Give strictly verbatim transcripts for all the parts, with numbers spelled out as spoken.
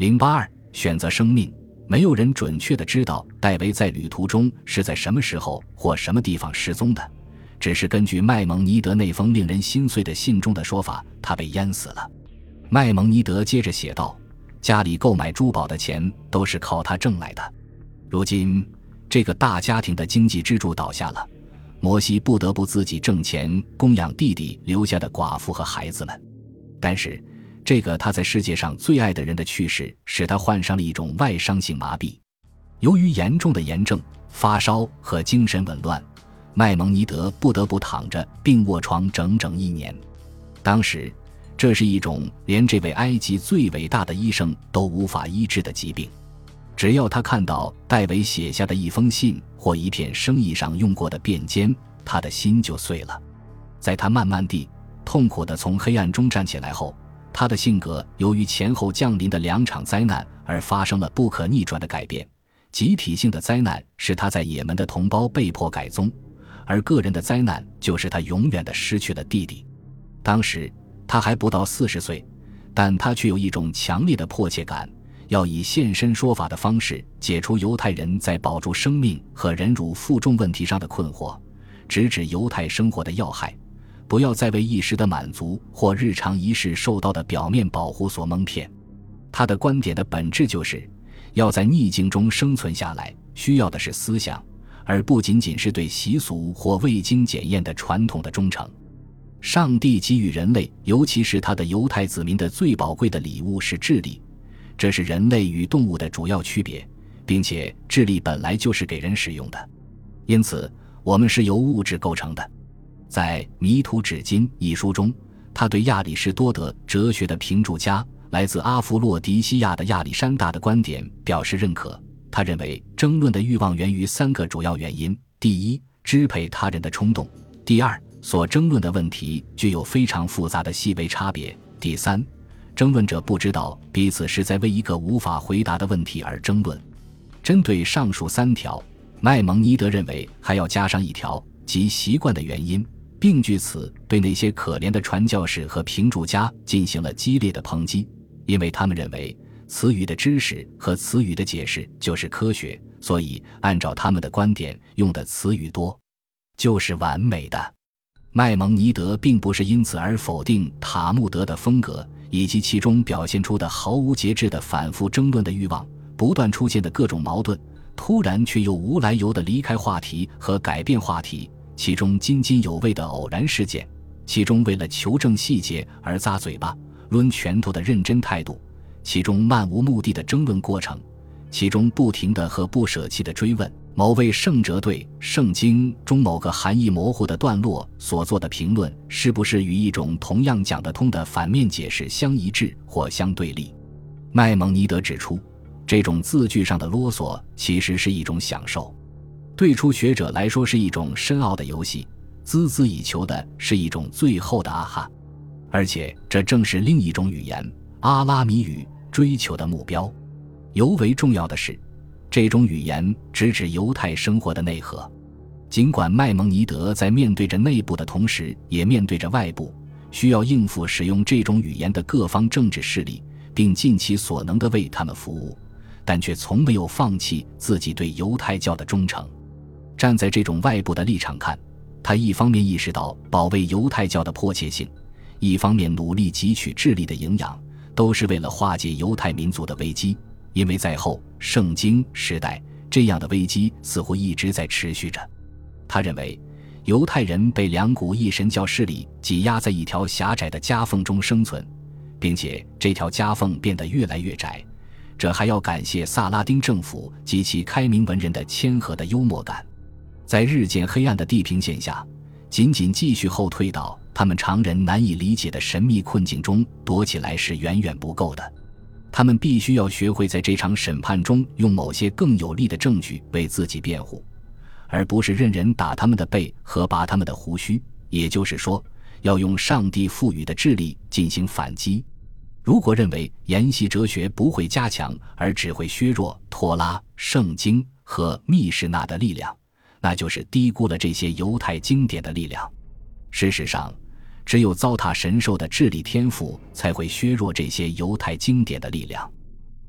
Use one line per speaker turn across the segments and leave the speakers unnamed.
零八二选择生命。没有人准确地知道戴维在旅途中是在什么时候或什么地方失踪的，只是根据麦蒙尼德那封令人心碎的信中的说法，他被淹死了。麦蒙尼德接着写道，家里购买珠宝的钱都是靠他挣来的。如今这个大家庭的经济支柱倒下了，摩西不得不自己挣钱供养弟弟留下的寡妇和孩子们。但是这个他在世界上最爱的人的去世使他患上了一种外伤性麻痹。由于严重的炎症、发烧和精神紊乱，麦蒙尼德不得不躺着病卧床整整一年。当时这是一种连这位埃及最伟大的医生都无法医治的疾病。只要他看到戴维写下的一封信或一片生意上用过的便笺，他的心就碎了。在他慢慢地痛苦地从黑暗中站起来后，他的性格由于前后降临的两场灾难而发生了不可逆转的改变。集体性的灾难是他在也门的同胞被迫改宗，而个人的灾难就是他永远地失去了弟弟。当时他还不到四十岁，但他却有一种强烈的迫切感，要以现身说法的方式解除犹太人在保住生命和忍辱负重问题上的困惑，直指犹太生活的要害，不要再为一时的满足或日常仪式受到的表面保护所蒙骗。他的观点的本质就是要在逆境中生存下来，需要的是思想，而不仅仅是对习俗或未经检验的传统的忠诚。上帝给予人类，尤其是他的犹太子民的最宝贵的礼物是智力，这是人类与动物的主要区别，并且智力本来就是给人使用的。因此我们是由物质构成的。在《迷途纸巾》一书中，他对亚里士多德哲学的评注家来自阿弗洛狄西亚的亚历山大的观点表示认可。他认为争论的欲望源于三个主要原因：第一，支配他人的冲动；第二，所争论的问题具有非常复杂的细微差别；第三，争论者不知道彼此是在为一个无法回答的问题而争论。针对上述三条，麦蒙尼德认为还要加上一条，即习惯的原因，并据此对那些可怜的传教士和评注家进行了激烈的抨击，因为他们认为词语的知识和词语的解释就是科学，所以按照他们的观点，用的词语多就是完美的。麦蒙尼德并不是因此而否定塔木德的风格以及其中表现出的毫无节制的反复争论的欲望，不断出现的各种矛盾，突然却又无来由地离开话题和改变话题，其中津津有味的偶然事件，其中为了求证细节而咂嘴巴抡拳头的认真态度，其中漫无目的的争论过程，其中不停的和不舍弃的追问某位圣哲对圣经中某个含义模糊的段落所做的评论是不是与一种同样讲得通的反面解释相一致或相对立。麦蒙尼德指出，这种字句上的啰嗦其实是一种享受，对初学者来说是一种深奥的游戏，孜孜以求的是一种最后的啊哈，而且这正是另一种语言阿拉米语追求的目标。尤为重要的是，这种语言直指犹太生活的内核。尽管麦蒙尼德在面对着内部的同时也面对着外部，需要应付使用这种语言的各方政治势力，并尽其所能地为他们服务，但却从没有放弃自己对犹太教的忠诚。站在这种外部的立场看，他一方面意识到保卫犹太教的迫切性，一方面努力汲取智力的营养，都是为了化解犹太民族的危机。因为在后圣经时代，这样的危机似乎一直在持续着。他认为犹太人被两股异神教势力挤压在一条狭窄的夹缝中生存，并且这条夹缝变得越来越窄，这还要感谢萨拉丁政府及其开明文人的谦和的幽默感。在日渐黑暗的地平线下，仅仅继续后退到他们常人难以理解的神秘困境中躲起来是远远不够的。他们必须要学会在这场审判中用某些更有力的证据为自己辩护，而不是任人打他们的背和拔他们的胡须，也就是说，要用上帝赋予的智力进行反击。如果认为研习哲学不会加强而只会削弱托拉、圣经和密室纳的力量，那就是低估了这些犹太经典的力量。事实上，只有糟蹋神兽的智力天赋才会削弱这些犹太经典的力量。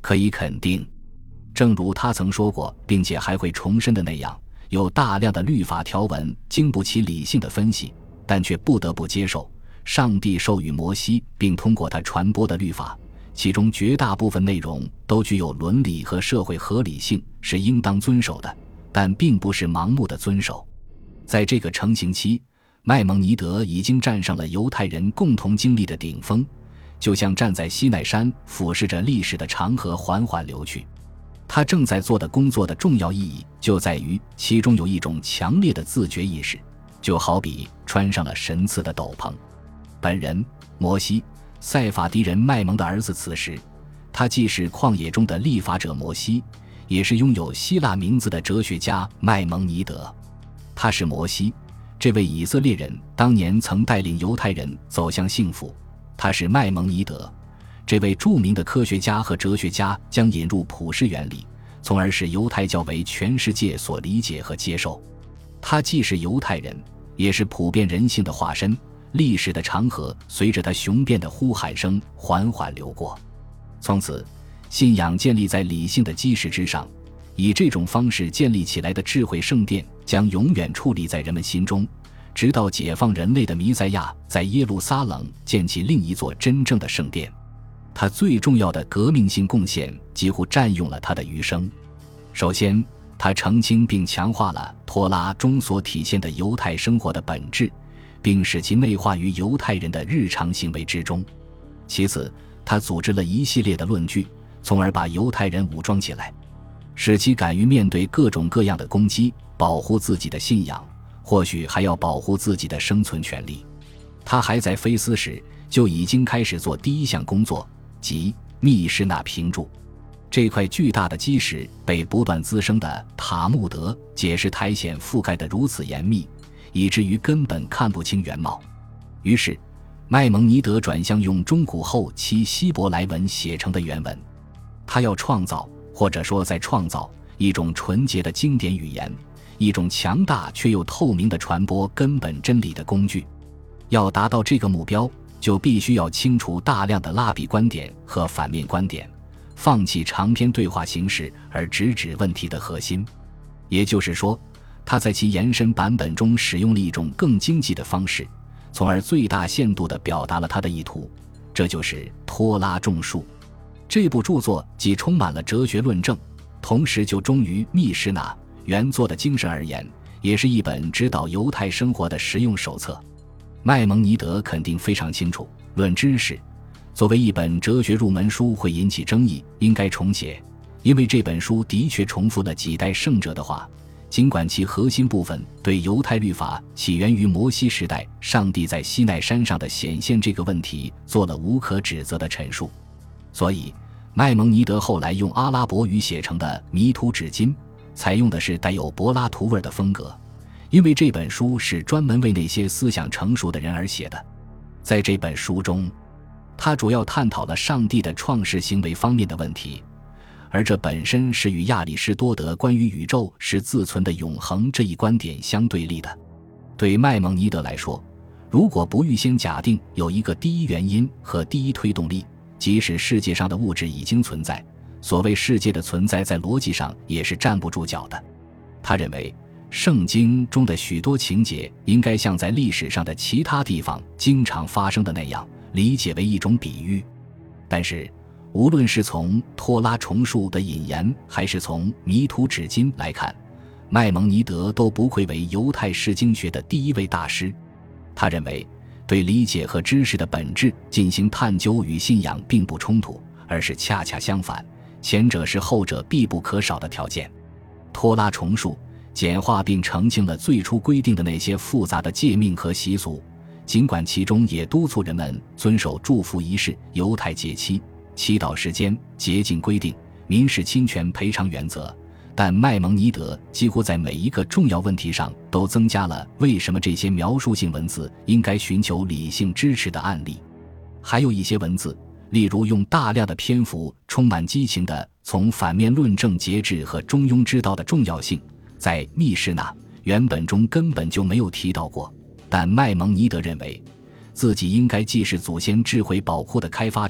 可以肯定，正如他曾说过并且还会重申的那样，有大量的律法条文经不起理性的分析，但却不得不接受上帝授予摩西并通过他传播的律法，其中绝大部分内容都具有伦理和社会合理性，是应当遵守的，但并不是盲目的遵守。在这个成型期，麦蒙尼德已经站上了犹太人共同经历的顶峰，就像站在西奈山俯视着历史的长河缓缓流去。他正在做的工作的重要意义就在于其中有一种强烈的自觉意识，就好比穿上了神赐的斗篷。本人摩西，塞法迪人麦蒙的儿子，此时他既是旷野中的立法者摩西，也是拥有希腊名字的哲学家麦蒙尼德。他是摩西，这位以色列人当年曾带领犹太人走向幸福；他是麦蒙尼德，这位著名的科学家和哲学家将引入普世原理，从而使犹太教为全世界所理解和接受。他既是犹太人，也是普遍人性的化身。历史的长河随着他雄辩的呼喊声缓缓流过，从此信仰建立在理性的基石之上，以这种方式建立起来的智慧圣殿将永远矗立在人们心中，直到解放人类的弥赛亚在耶路撒冷建起另一座真正的圣殿。他最重要的革命性贡献几乎占用了他的余生。首先，他澄清并强化了托拉中所体现的犹太生活的本质，并使其内化于犹太人的日常行为之中。其次，他组织了一系列的论据，从而把犹太人武装起来，使其敢于面对各种各样的攻击，保护自己的信仰，或许还要保护自己的生存权利。他还在菲斯时就已经开始做第一项工作，即密室那评注。这块巨大的基石被不断滋生的塔木德解释苔藓覆盖得如此严密，以至于根本看不清原貌。于是麦蒙尼德转向用中古后期希伯来文写成的原文，他要创造，或者说在创造一种纯洁的经典语言，一种强大却又透明的传播根本真理的工具。要达到这个目标，就必须要清除大量的拉比观点和反面观点，放弃长篇对话形式，而直指问题的核心。也就是说，他在其延伸版本中使用了一种更经济的方式，从而最大限度地表达了他的意图，这就是托拉种树。这部著作既充满了哲学论证，同时就忠于密室那原作的精神而言，也是一本指导犹太生活的实用手册。麦蒙尼德肯定非常清楚，论知识作为一本哲学入门书会引起争议，应该重写，因为这本书的确重复了几代圣者的话，尽管其核心部分对犹太律法起源于摩西时代上帝在西奈山上的显现这个问题做了无可指责的陈述。所以麦蒙尼德后来用阿拉伯语写成的迷途纸巾采用的是带有柏拉图味的风格，因为这本书是专门为那些思想成熟的人而写的。在这本书中，他主要探讨了上帝的创世行为方面的问题，而这本身是与亚里士多德关于宇宙是自存的永恒这一观点相对立的。对麦蒙尼德来说，如果不预先假定有一个第一原因和第一推动力，即使世界上的物质已经存在，所谓世界的存在在逻辑上也是站不住脚的。他认为圣经中的许多情节应该像在历史上的其他地方经常发生的那样理解为一种比喻。但是无论是从托拉重述的引言还是从迷途纸巾来看，麦蒙尼德都不愧为犹太释经学的第一位大师。他认为对理解和知识的本质进行探究与信仰并不冲突，而是恰恰相反，前者是后者必不可少的条件。托拉重述简化并澄清了最初规定的那些复杂的诫命和习俗，尽管其中也督促人们遵守祝福仪式、犹太节期、祈祷时间、洁净规定、民事侵权赔偿原则，但麦蒙尼德几乎在每一个重要问题上都增加了为什么这些描述性文字应该寻求理性支持的案例。还有一些文字，例如用大量的篇幅充满激情地从反面论证节制和中庸之道的重要性，在密室那原本中根本就没有提到过。但麦蒙尼德认为自己应该既是祖先智慧宝库的开发者，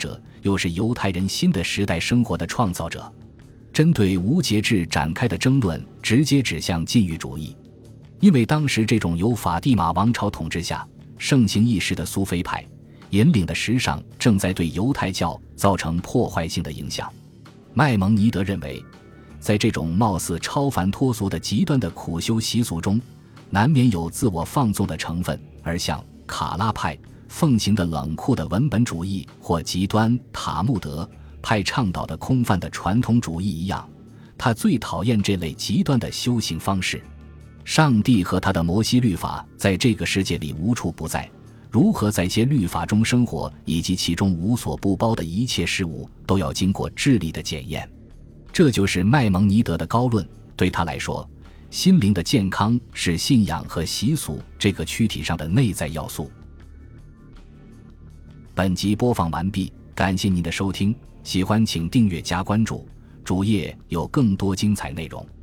又是犹太人新的时代生活的创造者。针对无节制展开的争论直接指向禁欲主义，因为当时这种由法蒂玛王朝统治下盛行一时的苏菲派引领的时尚正在对犹太教造成破坏性的影响。麦蒙尼德认为，在这种貌似超凡脱俗的极端的苦修习俗中，难免有自我放纵的成分，而像卡拉派奉行的冷酷的文本主义或极端塔木德派倡导的空泛的传统主义一样，他最讨厌这类极端的修行方式。上帝和他的摩西律法在这个世界里无处不在，如何在其律法中生活，以及其中无所不包的一切事物，都要经过智力的检验。这就是麦蒙尼德的高论。对他来说，心灵的健康是信仰和习俗这个躯体上的内在要素。本集播放完毕，感谢您的收听，喜欢请订阅加关注，主页有更多精彩内容。